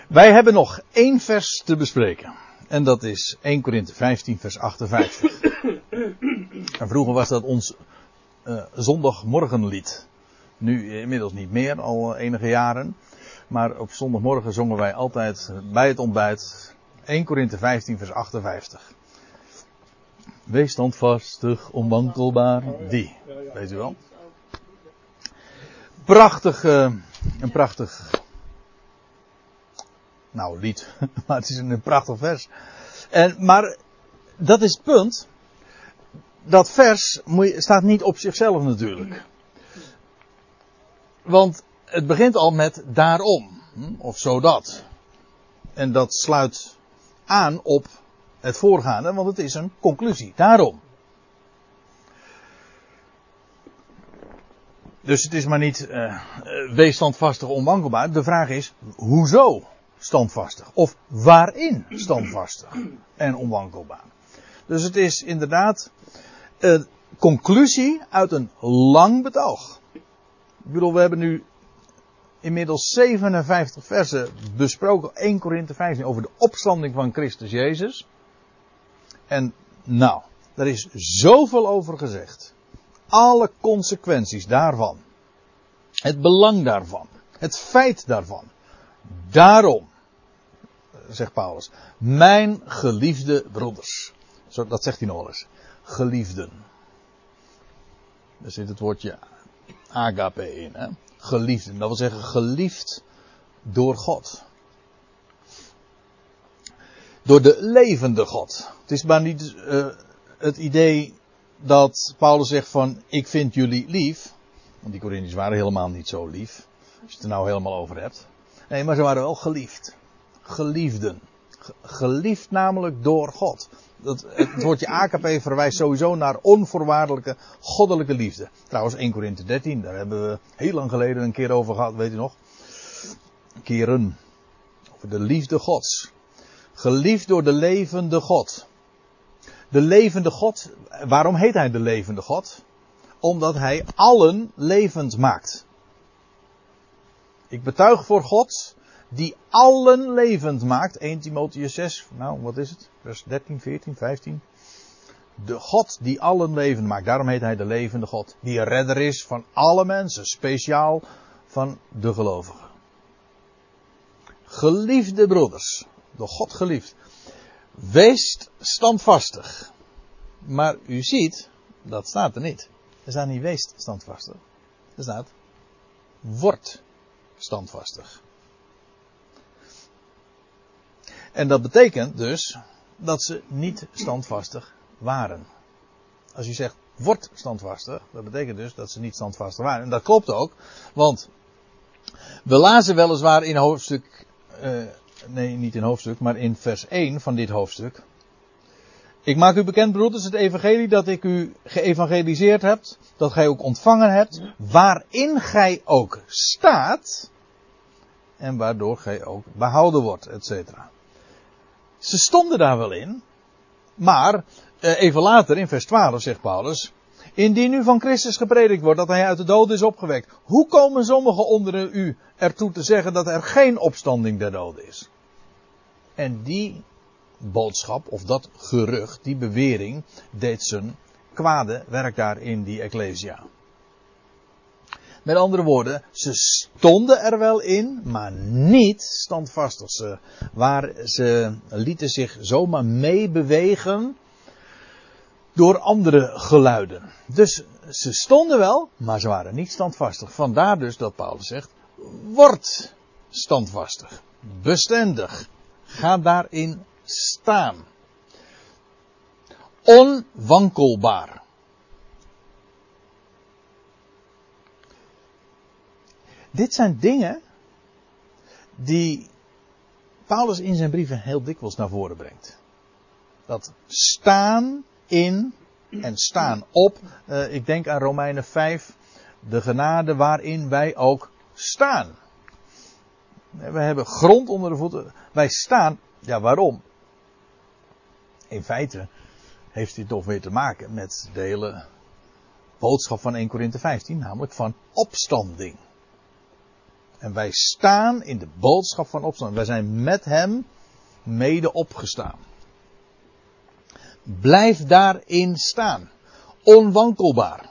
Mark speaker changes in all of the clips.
Speaker 1: Wij hebben nog 1 vers te bespreken. En dat is 1 Korinthe 15 vers 58. En vroeger was dat ons zondagmorgenlied. Nu inmiddels niet meer, al enige jaren. Maar op zondagmorgen zongen wij altijd bij het ontbijt 1 Korinthe 15 vers 58. Wees standvastig, onwankelbaar. Die, weet u wel. Een prachtig lied. Maar het is een prachtig vers. Maar dat is het punt. Dat vers staat niet op zichzelf natuurlijk. Want het begint al met daarom. Of zodat. En dat sluit aan op het voorgaande. Want het is een conclusie. Daarom. Dus het is maar niet wees standvastig onwankelbaar. De vraag is, hoezo standvastig? Of waarin standvastig en onwankelbaar? Dus het is inderdaad een conclusie uit een lang betoog. Ik bedoel, we hebben nu inmiddels 57 versen besproken. 1 Korinthe 15 over de opstanding van Christus Jezus. En daar is zoveel over gezegd. Alle consequenties daarvan. Het belang daarvan. Het feit daarvan. Daarom, zegt Paulus, mijn geliefde broeders. Dat zegt hij nog wel eens. Geliefden. Daar zit het woordje agape in. Hè? Geliefden. Dat wil zeggen geliefd door God. Door de levende God. Het is maar niet het idee dat Paulus zegt van ik vind jullie lief. Want die Corinthiërs waren helemaal niet zo lief. Als je het er nou helemaal over hebt. Nee, maar ze waren wel geliefd. Geliefden. Geliefd namelijk door God. Het woordje agape verwijst sowieso naar onvoorwaardelijke goddelijke liefde. Trouwens 1 Korinthe 13, daar hebben we heel lang geleden een keer over gehad, weet u nog? Keren. Over de liefde Gods. Geliefd door de levende God. De levende God, waarom heet hij de levende God? Omdat hij allen levend maakt. Ik betuig voor God, die allen levend maakt. 1 Timotheüs 6, wat is het? Vers 13, 14, 15. De God die allen levend maakt. Daarom heet hij de levende God. Die redder is van alle mensen. Speciaal van de gelovigen. Geliefde broeders. Door God geliefd. Wees standvastig. Maar u ziet, dat staat er niet. Er staat niet wees standvastig. Er staat word standvastig. En dat betekent dus dat ze niet standvastig waren. Als u zegt word standvastig, dat betekent dus dat ze niet standvastig waren. En dat klopt ook, want we lazen weliswaar in hoofdstuk, niet in hoofdstuk, maar in vers 1 van dit hoofdstuk. Ik maak u bekend, broeders, het evangelie dat ik u geëvangeliseerd heb, dat gij ook ontvangen hebt, waarin gij ook staat en waardoor gij ook behouden wordt, etc. Ze stonden daar wel in, maar even later in vers 12 zegt Paulus, indien u van Christus gepredikt wordt dat hij uit de doden is opgewekt, hoe komen sommigen onder u ertoe te zeggen dat er geen opstanding der doden is? En die boodschap, of dat gerucht, die bewering, deed zijn kwade werk daar in die Ecclesia. Met andere woorden, ze stonden er wel in, maar niet standvastig. Ze lieten zich zomaar meebewegen door andere geluiden. Dus ze stonden wel, maar ze waren niet standvastig. Vandaar dus dat Paulus zegt, word standvastig, bestendig, ga daarin staan. Onwankelbaar. Dit zijn dingen die Paulus in zijn brieven heel dikwijls naar voren brengt. Dat staan in en staan op. Ik denk aan Romeinen 5. De genade waarin wij ook staan. We hebben grond onder de voeten. Wij staan. Ja, waarom? In feite heeft dit toch weer te maken met de hele boodschap van 1 Korinthe 15. Namelijk van opstanding. En wij staan in de boodschap van opstanding. Wij zijn met hem mede opgestaan. Blijf daarin staan. Onwankelbaar.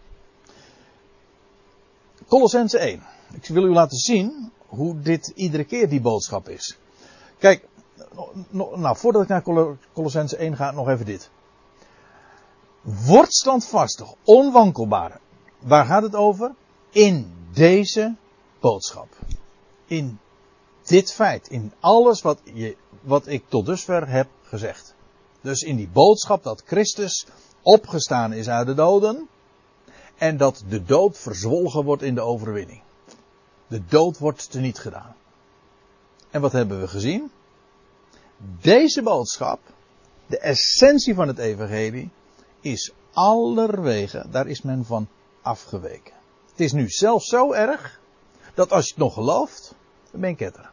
Speaker 1: Kolossenzen 1. Ik wil u laten zien hoe dit iedere keer die boodschap is. Kijk, nou, voordat ik naar Kolossenzen 1 ga, nog even dit. Word standvastig, onwankelbaar. Waar gaat het over? In deze boodschap. In dit feit. In alles wat ik tot dusver heb gezegd. Dus in die boodschap dat Christus opgestaan is uit de doden. En dat de dood verzwolgen wordt in de overwinning. De dood wordt teniet gedaan. En wat hebben we gezien? Deze boodschap, de essentie van het evangelie, is allerwege, daar is men van afgeweken. Het is nu zelfs zo erg, dat als je het nog gelooft, dan ben je ketter.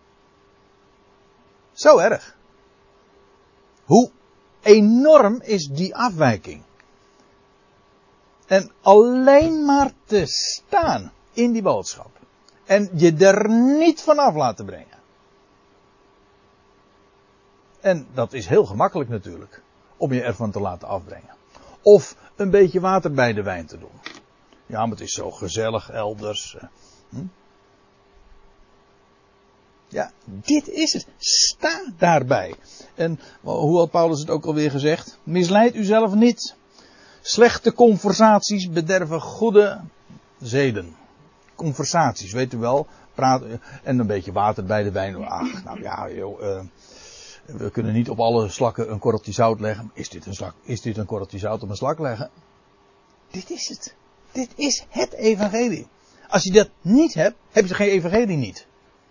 Speaker 1: Zo erg. Hoe enorm is die afwijking? En alleen maar te staan in die boodschap. En je er niet van af laten brengen. En dat is heel gemakkelijk natuurlijk. Om je ervan te laten afbrengen. Of een beetje water bij de wijn te doen. Ja, maar het is zo gezellig elders. Ja, dit is het. Sta daarbij. En hoe had Paulus het ook alweer gezegd? Misleid uzelf niet. Slechte conversaties bederven goede zeden. Conversaties, weet u wel. Praten en een beetje water bij de wijn. Ach, nou ja, joh. We kunnen niet op alle slakken een korreltje zout leggen. Is dit een korreltje zout op een slak leggen? Dit is het. Dit is het evangelie. Als je dat niet hebt, heb je geen evangelie niet.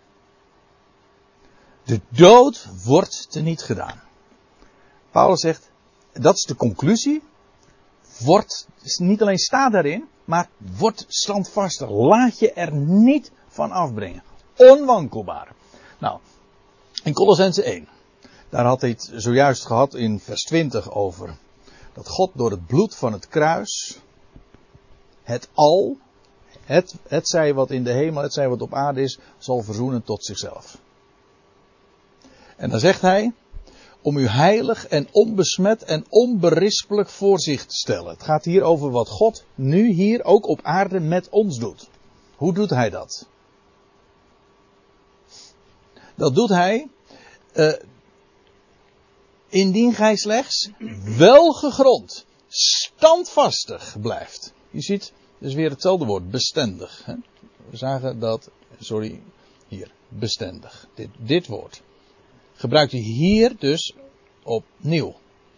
Speaker 1: De dood wordt teniet gedaan. Paulus zegt, dat is de conclusie. Niet alleen sta daarin, maar word standvastig. Laat je er niet van afbrengen. Onwankelbaar. Nou, in Kolossenzen 1. Daar had hij het zojuist gehad in vers 20 over. Dat God door het bloed van het kruis. Het zij wat in de hemel, het zij wat op aarde is, zal verzoenen tot zichzelf. En dan zegt hij. Om u heilig en onbesmet en onberispelijk voor zich te stellen. Het gaat hier over wat God nu hier ook op aarde met ons doet. Hoe doet hij dat? Dat doet hij indien gij slechts welgegrond, standvastig blijft. Je ziet, dus weer hetzelfde woord, bestendig. Hè? We zagen dat, hier, bestendig. Dit woord. Gebruikt hij hier dus opnieuw.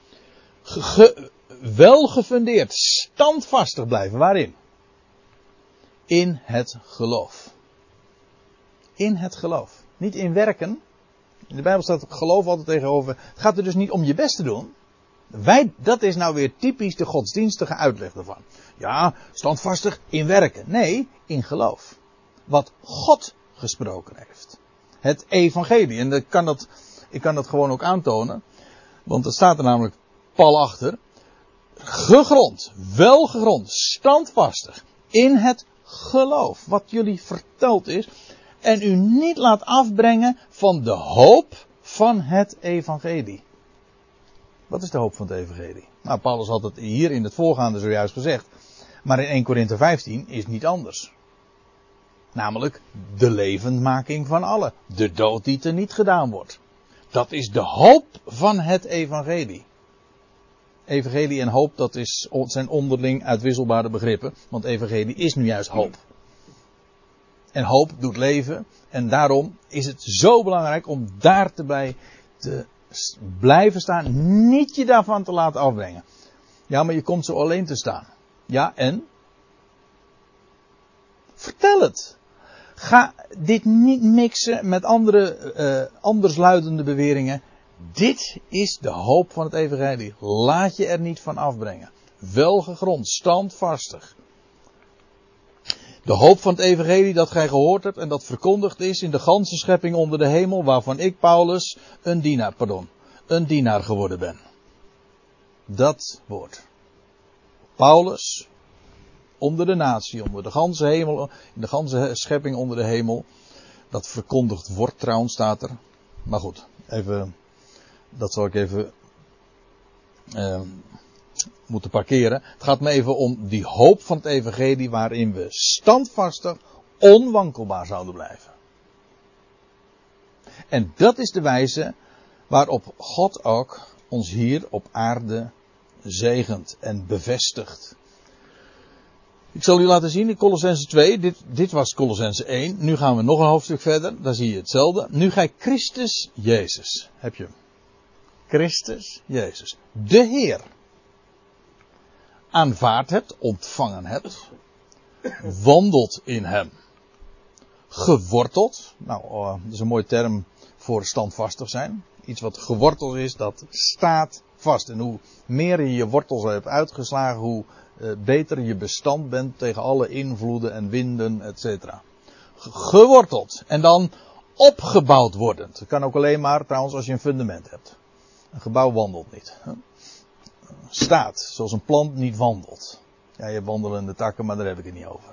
Speaker 1: Wel gefundeerd, standvastig blijven. Waarin? In het geloof. In het geloof. Niet in werken. In de Bijbel staat geloof altijd tegenover. Het gaat er dus niet om je best te doen. Dat is nou weer typisch de godsdienstige uitleg daarvan. Ja, standvastig in werken. Nee, in geloof. Wat God gesproken heeft. Het evangelie. En ik kan dat gewoon ook aantonen. Want er staat er namelijk pal achter. Gegrond, welgegrond, standvastig. In het geloof. Wat jullie verteld is. En u niet laat afbrengen van de hoop van het evangelie. Wat is de hoop van het evangelie? Nou, Paulus had het hier in het voorgaande zojuist gezegd. Maar in 1 Korinthe 15 is het niet anders. Namelijk de levendmaking van allen. De dood die teniet gedaan wordt. Dat is de hoop van het evangelie. Evangelie en hoop, zijn onderling uitwisselbare begrippen. Want evangelie is nu juist hoop. En hoop doet leven. En daarom is het zo belangrijk om daarbij te blijven staan. Niet je daarvan te laten afbrengen. Ja, maar je komt zo alleen te staan. Ja, en? Vertel het. Ga dit niet mixen met andere andersluidende beweringen. Dit is de hoop van het evangelie. Laat je er niet van afbrengen. Welgegrond, standvastig. De hoop van het evangelie dat gij gehoord hebt en dat verkondigd is in de ganse schepping onder de hemel, waarvan ik, Paulus, een dienaar geworden ben. Dat woord. Paulus, onder de natie, onder de ganse hemel, in de ganse schepping onder de hemel. Dat verkondigd wordt trouwens, staat er. Maar goed, even, dat zal ik even moeten parkeren. Het gaat me even om die hoop van het evangelie waarin we standvastig, onwankelbaar zouden blijven. En dat is de wijze waarop God ook ons hier op aarde zegent en bevestigt. Ik zal u laten zien in Colossense 2, dit was Colossense 1. Nu gaan we nog een hoofdstuk verder, daar zie je hetzelfde. Nu gij Christus Jezus, heb je hem. Christus Jezus, de Heer, aanvaard hebt, ontvangen hebt, wandelt in hem. Geworteld, nou, dat is een mooie term voor standvastig zijn. Iets wat geworteld is, dat staat vast. En hoe meer je je wortels hebt uitgeslagen, hoe beter je bestand bent tegen alle invloeden en winden, etc. Geworteld. En dan opgebouwd wordend. Dat kan ook alleen maar trouwens als je een fundament hebt. Een gebouw wandelt niet. Staat, zoals een plant niet wandelt. Ja, je hebt wandelende takken, maar daar heb ik het niet over.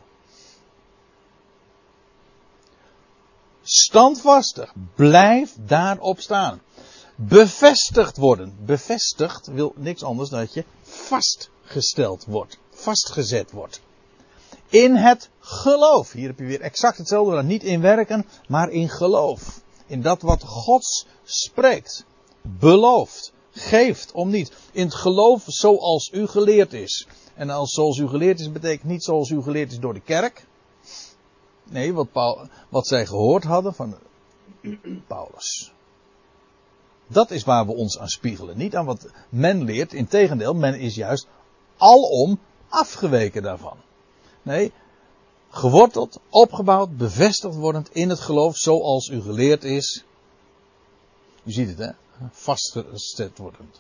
Speaker 1: Standvastig. Blijf daarop staan. Bevestigd worden. Bevestigd wil niks anders dan dat je vastgesteld wordt. Vastgezet wordt. In het geloof. Hier heb je weer exact hetzelfde. Niet in werken, maar in geloof. In dat wat God spreekt. Belooft. Geeft om niet. In het geloof zoals u geleerd is. En als zoals u geleerd is betekent niet zoals u geleerd is door de kerk. Nee, wat zij gehoord hadden van Paulus. Dat is waar we ons aan spiegelen. Niet aan wat men leert. Integendeel, men is juist alom afgeweken daarvan. Nee, geworteld, opgebouwd, bevestigd wordend in het geloof zoals u geleerd is. U ziet het, hè? Vastgezet wordend.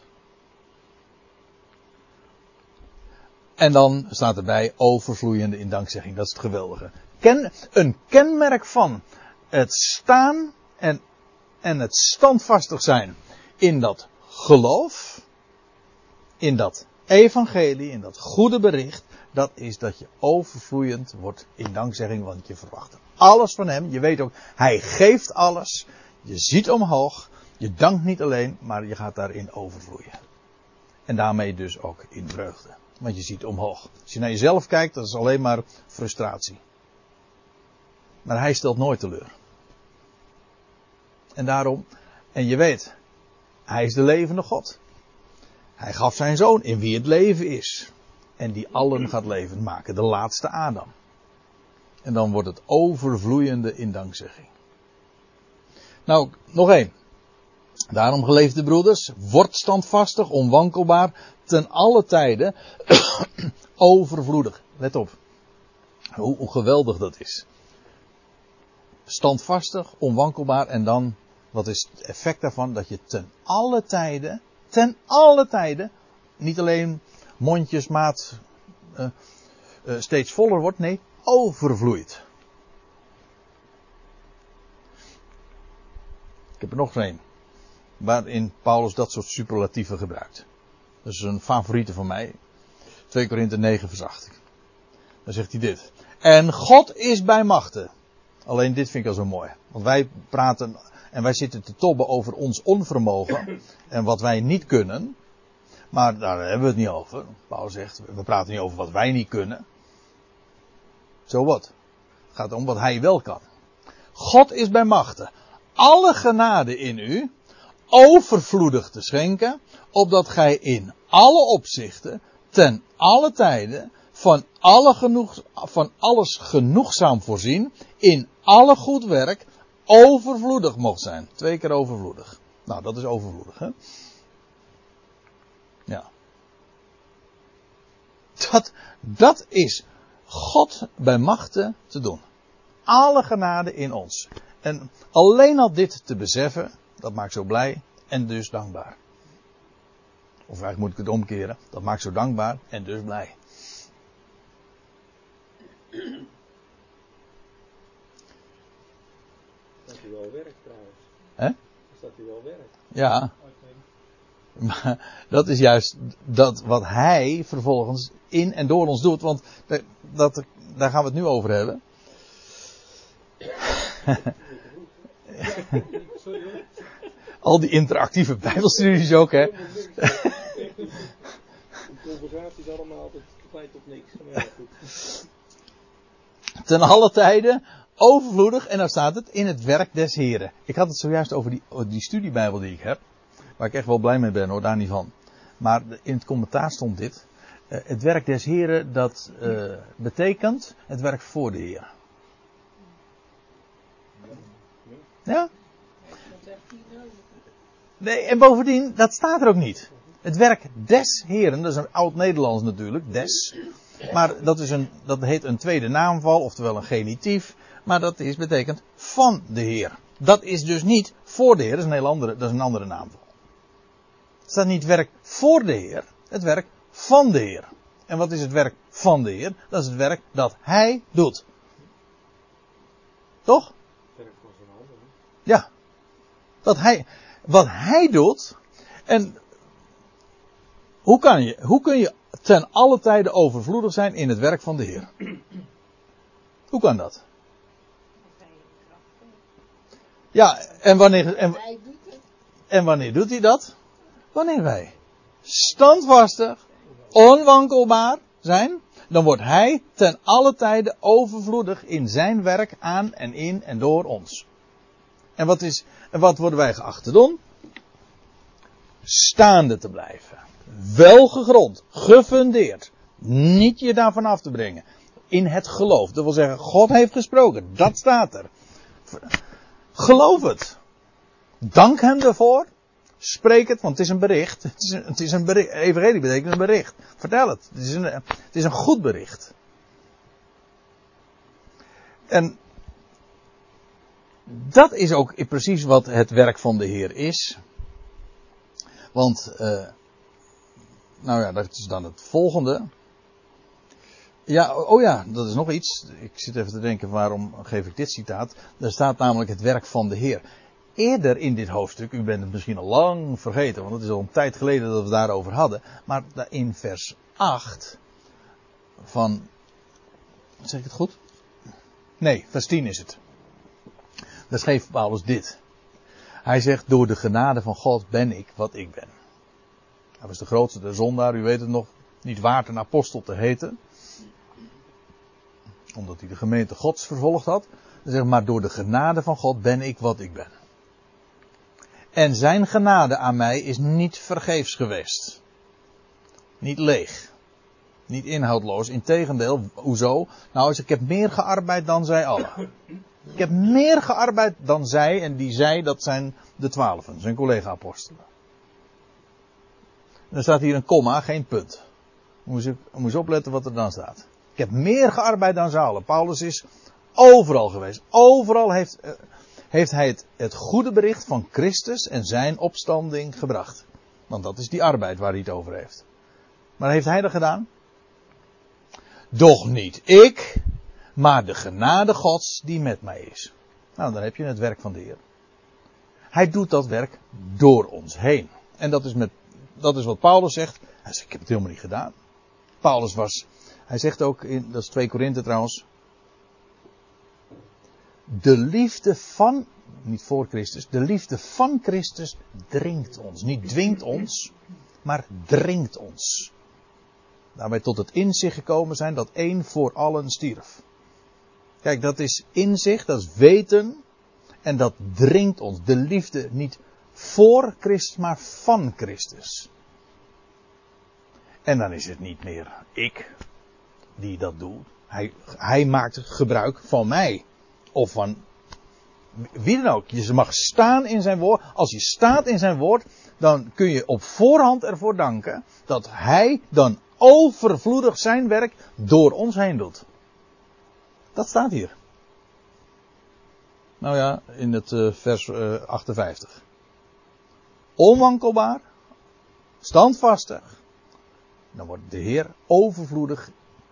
Speaker 1: En dan staat erbij overvloeiende in dankzegging. Dat is het geweldige. Een kenmerk van het staan en het standvastig zijn in dat geloof, in dat evangelie, in dat goede bericht, dat is dat je overvloeiend wordt in dankzegging, want je verwacht alles van hem. Je weet ook, hij geeft alles. Je ziet omhoog. Je dankt niet alleen, maar je gaat daarin overvloeien. En daarmee dus ook in vreugde. Want je ziet omhoog. Als je naar jezelf kijkt, dat is alleen maar frustratie. Maar hij stelt nooit teleur. En daarom, en je weet, hij is de levende God. Hij gaf zijn zoon in wie het leven is. En die allen gaat levend maken, de laatste Adam. En dan wordt het overvloeiende in dankzegging. Nou, nog één. Daarom, geliefde broeders, word standvastig, onwankelbaar, ten alle tijden overvloedig. Let op, hoe geweldig dat is. Standvastig, onwankelbaar en dan, wat is het effect daarvan? Dat je ten alle tijden, niet alleen mondjesmaat steeds voller wordt, nee, overvloeit. Ik heb er nog een, waarin Paulus dat soort superlatieven gebruikt. Dat is een favoriete van mij. 2 Korinthe 9 vers 8. Dan zegt hij dit. En God is bij machten. Alleen dit vind ik al zo mooi. Want wij praten en wij zitten te tobben over ons onvermogen. En wat wij niet kunnen. Maar daar hebben we het niet over. Paulus zegt, we praten niet over wat wij niet kunnen. Zo wat. Het gaat om wat hij wel kan. God is bij machten. Alle genade in u overvloedig te schenken, opdat gij in alle opzichten, ten alle tijden, van alles genoegzaam voorzien, in alle goed werk, overvloedig mocht zijn. 2 keer overvloedig. Nou, dat is overvloedig, hè? Ja. Dat is God bij machten te doen. Alle genade in ons. En alleen al dit te beseffen, dat maakt zo blij en dus dankbaar. Of eigenlijk moet ik het omkeren. Dat maakt zo dankbaar en dus blij.
Speaker 2: Dat hij wel werkt trouwens.
Speaker 1: Hè?
Speaker 2: Dus dat hij wel werkt.
Speaker 1: Ja. Maar dat is juist dat wat hij vervolgens in en door ons doet. Want daar gaan we het nu over hebben. Al die interactieve bijbelstudies ook, hè.
Speaker 2: Conversaties allemaal altijd leidt tot niks. Maar ja,
Speaker 1: Ten alle tijde overvloedig, en dan staat het, in het werk des Heren. Ik had het zojuist over die studiebijbel die ik heb. Waar ik echt wel blij mee ben, hoor, daar niet van. Maar in het commentaar stond dit. Het werk des Heren, dat betekent het werk voor de Heer. Ja? Nee, en bovendien, dat staat er ook niet. Het werk des Heren, dat is een oud-Nederlands natuurlijk, des. Maar dat heet een tweede naamval, oftewel een genitief. Maar dat betekent van de Heer. Dat is dus niet voor de Heer, dat is een andere naamval. Het staat niet werk voor de Heer, het werk van de Heer. En wat is het werk van de Heer? Dat is het werk dat Hij doet. Toch? Ja. Wat Hij doet. En hoe kun je ten alle tijde overvloedig zijn in het werk van de Heer? Hoe kan dat? Ja, en wanneer doet hij dat? Wanneer wij standvastig, onwankelbaar zijn, dan wordt hij ten alle tijde overvloedig in zijn werk aan en in en door ons. En wat worden wij geacht te doen? Staande te blijven. Wel gegrond, gefundeerd. Niet je daarvan af te brengen. In het geloof. Dat wil zeggen, God heeft gesproken. Dat staat er. Geloof het. Dank hem ervoor. Spreek het, want het is een bericht. Het is een bericht. Evangelie betekent een bericht. Vertel het. Het is een goed bericht. En dat is ook precies wat het werk van de Heer is. Want, dat is dan het volgende. Ja, dat is nog iets. Ik zit even te denken, waarom geef ik dit citaat? Er staat namelijk het werk van de Heer. Eerder in dit hoofdstuk, u bent het misschien al lang vergeten, want het is al een tijd geleden dat we het daarover hadden. Maar in vers 8 van, zeg ik het goed? Nee, vers 10 is het. Daar schreef Paulus dit. Hij zegt, door de genade van God ben ik wat ik ben. Hij was de grootste zondaar, u weet het nog, niet waard een apostel te heten. Omdat hij de gemeente Gods vervolgd had. Hij zegt, maar door de genade van God ben ik wat ik ben. En zijn genade aan mij is niet vergeefs geweest. Niet leeg. Niet inhoudloos. Integendeel, hoezo? Nou, ik heb meer gearbeid dan zij allen. Ik heb meer gearbeid dan zij. En die zij, dat zijn de 12, zijn collega-apostelen. Er staat hier een komma, geen punt. Moet je opletten wat er dan staat. Ik heb meer gearbeid dan zij allen. Paulus is overal geweest. Overal heeft hij het goede bericht van Christus en zijn opstanding gebracht. Want dat is die arbeid waar hij het over heeft. Maar heeft hij dat gedaan? Doch niet ik, maar de genade Gods die met mij is. Nou, dan heb je het werk van de Heer. Hij doet dat werk door ons heen. En dat is wat Paulus zegt. Hij zegt, ik heb het helemaal niet gedaan. Hij zegt ook, dat is 2 Korinthe trouwens. De liefde van, niet voor Christus, de liefde van Christus dringt ons. Niet dwingt ons, maar dringt ons. Daar wij tot het inzicht gekomen zijn dat één voor allen stierf. Kijk, dat is inzicht, dat is weten. En dat dringt ons. De liefde niet voor Christus, maar van Christus. En dan is het niet meer ik die dat doe. Hij maakt gebruik van mij. Of van wie dan ook. Je mag staan in zijn woord. Als je staat in zijn woord, dan kun je op voorhand ervoor danken dat hij dan overvloedig zijn werk door ons heen doet. Dat staat hier. Nou ja, in het vers 58. Onwankelbaar, standvastig. Dan wordt de Heer overvloedig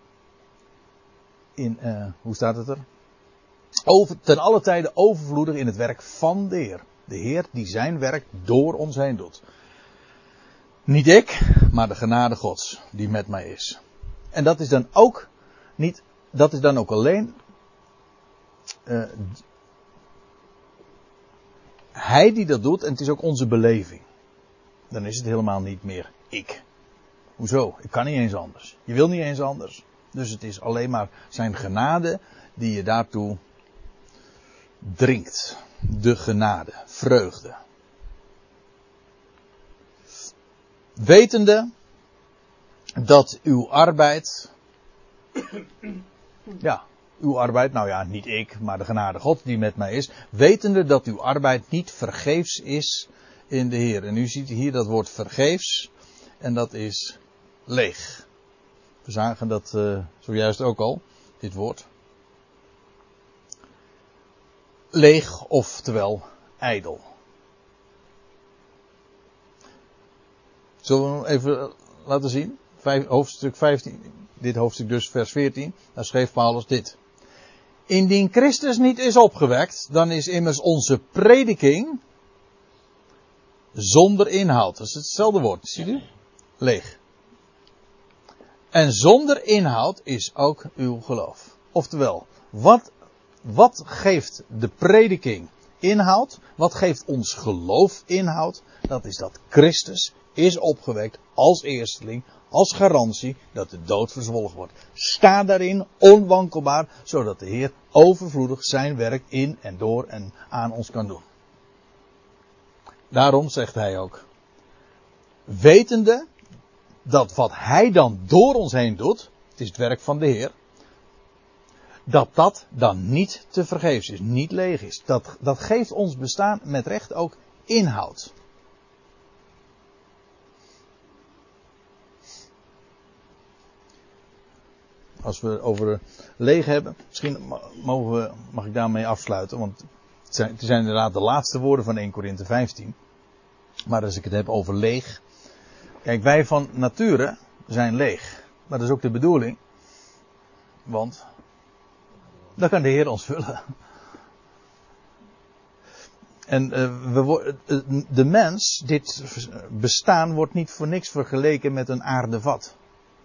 Speaker 1: in, hoe staat het er? Ten alle tijde overvloedig in het werk van de Heer. De Heer die zijn werk door ons heen doet. Niet ik, maar de genade Gods die met mij is. En dat is dan ook niet, dat is dan ook alleen hij die dat doet en het is ook onze beleving. Dan is het helemaal niet meer ik. Hoezo? Ik kan niet eens anders. Je wil niet eens anders. Dus het is alleen maar zijn genade die je daartoe dringt. De genade, vreugde. Wetende dat uw arbeid, uw arbeid, nou ja, niet ik, maar de genade God die met mij is, wetende dat uw arbeid niet vergeefs is in de Heer. En u ziet hier dat woord vergeefs en dat is leeg. We zagen dat zojuist ook al, dit woord. Leeg, oftewel ijdel. Zullen we hem even laten zien? Hoofdstuk 15, dit hoofdstuk dus, vers 14. Daar schreef Paulus dit. Indien Christus niet is opgewekt, dan is immers onze prediking zonder inhoud. Dat is hetzelfde woord, ziet u? Leeg. En zonder inhoud is ook uw geloof. Oftewel, wat geeft de prediking inhoud? Wat geeft ons geloof inhoud? Dat is dat Christus is opgewekt als eersteling, als garantie dat de dood verzwolgen wordt. Sta daarin onwankelbaar, zodat de Heer overvloedig zijn werk in en door en aan ons kan doen. Daarom zegt hij ook, wetende dat wat hij dan door ons heen doet, het is het werk van de Heer, dat dan niet te vergeefs is, niet leeg is. Dat geeft ons bestaan met recht ook inhoud. Als we over leeg hebben, misschien mag ik daarmee afsluiten, want het zijn inderdaad de laatste woorden van 1 Korinthe 15. Maar als ik het heb over leeg. Kijk, wij van nature zijn leeg. Maar dat is ook de bedoeling. Want dan kan de Heer ons vullen. En de mens, dit bestaan wordt niet voor niks vergeleken met een aardevat.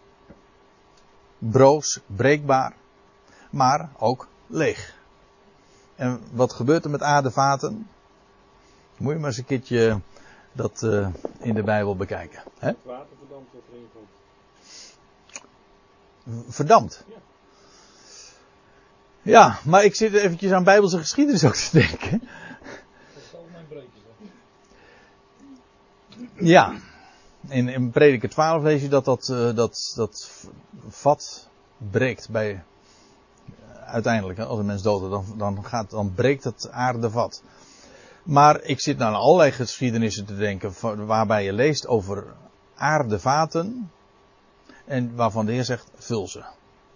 Speaker 1: Broos, breekbaar, maar ook leeg. En wat gebeurt er met aardevaten? Moet je maar eens een keertje dat in de Bijbel bekijken. Hè?
Speaker 2: Het water verdampt wat erin komt.
Speaker 1: Verdampt?
Speaker 2: Ja.
Speaker 1: Ja, maar ik zit eventjes aan Bijbelse geschiedenis ook te denken.
Speaker 2: Dat zal mijn breukje zijn.
Speaker 1: Ja. In Prediker 12 lees je dat vat breekt bij uiteindelijk, als een mens dood is, dan breekt het aardevat. Maar ik zit nou aan allerlei geschiedenissen te denken waarbij je leest over aardevaten en waarvan de Heer zegt, vul ze.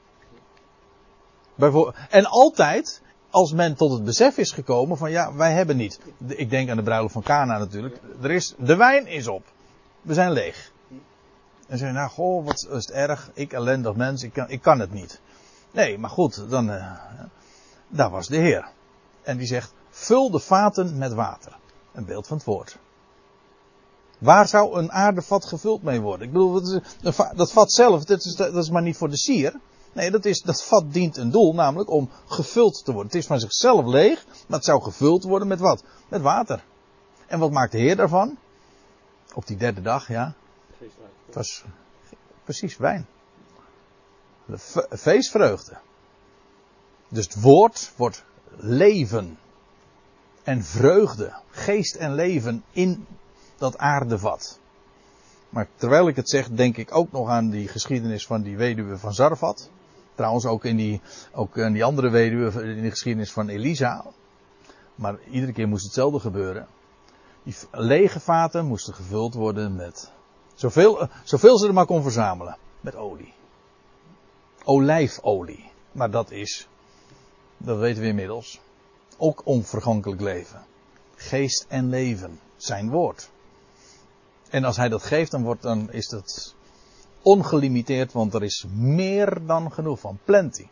Speaker 1: En altijd, als men tot het besef is gekomen van ja, wij hebben niet. Ik denk aan de bruiloft van Kana natuurlijk. De wijn is op. We zijn leeg. En zeggen, nou goh, wat is het erg. Ik ellendig mens, ik kan het niet. Nee, maar goed, dan, daar was de Heer. En die zegt, vul de vaten met water. Een beeld van het woord. Waar zou een aardevat gevuld mee worden? Ik bedoel, dat vat zelf, dat is maar niet voor de sier. Nee, dat vat dient een doel, namelijk om gevuld te worden. Het is van zichzelf leeg, maar het zou gevuld worden met wat? Met water. En wat maakt de Heer daarvan? Op die derde dag, ja. Het was precies wijn. Feestvreugde. Dus het woord wordt leven. En vreugde. Geest en leven in dat aardevat. Maar terwijl ik het zeg, denk ik ook nog aan die geschiedenis van die weduwe van Zarfat. Trouwens ook in die andere weduwe in de geschiedenis van Elisa. Maar iedere keer moest hetzelfde gebeuren. Die lege vaten moesten gevuld worden met zoveel ze er maar kon verzamelen. Met olie. Olijfolie. Maar dat weten we inmiddels. Ook onvergankelijk leven. Geest en leven. Zijn woord. En als hij dat geeft, dan is dat ongelimiteerd, want er is meer dan genoeg van. Plenty.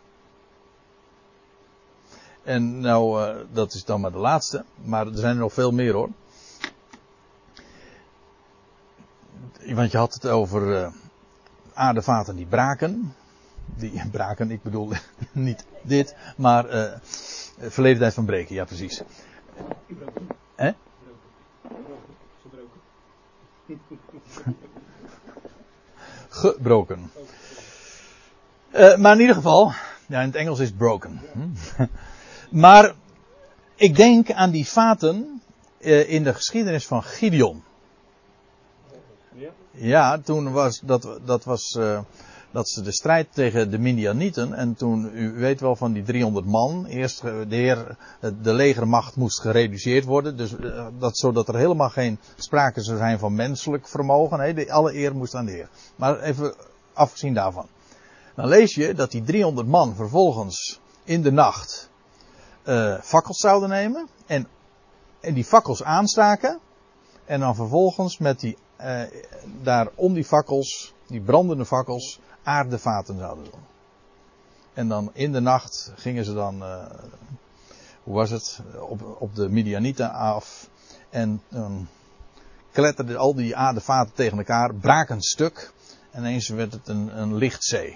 Speaker 1: En nou, dat is dan maar de laatste. Maar er zijn er nog veel meer hoor. Want je had het over aardevaten die braken. Die braken, ik bedoel niet dit, maar verleden tijd van breken, ja precies. Hè? Gebroken. Maar in ieder geval, ja, in het Engels is het broken. Maar ik denk aan die vaten in de geschiedenis van Gideon. Ja, toen was dat ze de strijd tegen de Midianieten. En toen, u weet wel van die 300 man. Eerst de legermacht moest gereduceerd worden. Dus zodat er helemaal geen sprake zou zijn van menselijk vermogen. Nee, alle eer moest aan de Heer. Maar even afgezien daarvan. Dan lees je dat die 300 man vervolgens in de nacht fakkels zouden nemen. En die fakkels aanstaken. En dan vervolgens met daar om die fakkels, die brandende fakkels, aardevaten zouden doen. En dan in de nacht gingen ze dan, hoe was het, op de Midianieten af. En dan kletterden al die aardevaten tegen elkaar, braken stuk. En ineens werd het een lichtzee.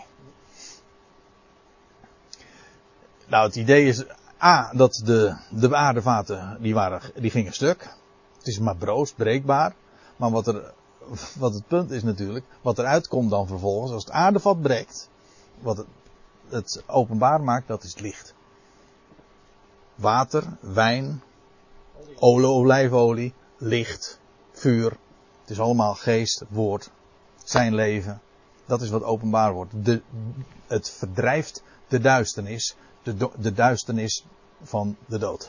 Speaker 1: Nou, het idee is, dat de aardevaten, die gingen stuk. Het is maar broos, breekbaar. Maar wat het punt is natuurlijk, wat eruit komt dan vervolgens, als het aardevat breekt, wat het openbaar maakt, dat is het licht. Water, wijn, olijfolie, licht, vuur. Het is allemaal geest, woord, zijn leven. Dat is wat openbaar wordt. Het verdrijft de duisternis, de duisternis van de dood.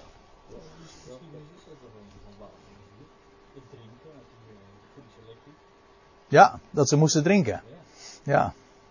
Speaker 1: Ja, dat ze moesten drinken. Ja.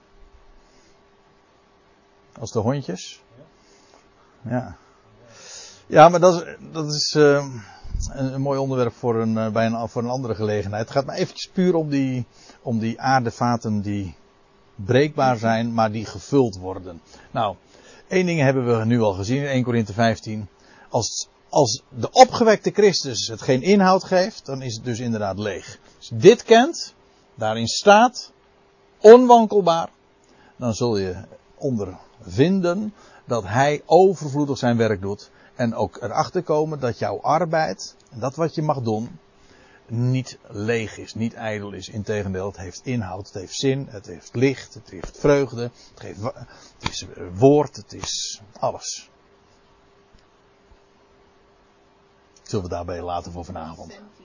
Speaker 1: Als de hondjes. Ja. Ja, maar dat is een mooi onderwerp voor een andere gelegenheid. Het gaat maar eventjes puur om die aardevaten die breekbaar zijn, maar die gevuld worden. Nou, één ding hebben we nu al gezien in 1 Korinthe 15. Als de opgewekte Christus het geen inhoud geeft, dan is het dus inderdaad leeg. Als je dit kent, daarin staat, onwankelbaar, dan zul je ondervinden dat hij overvloedig zijn werk doet. En ook erachter komen dat jouw arbeid, en dat wat je mag doen, niet leeg is, niet ijdel is. Integendeel, het heeft inhoud, het heeft zin, het heeft licht, het heeft vreugde, het is woord, het is alles. Zullen we daarbij laten voor vanavond.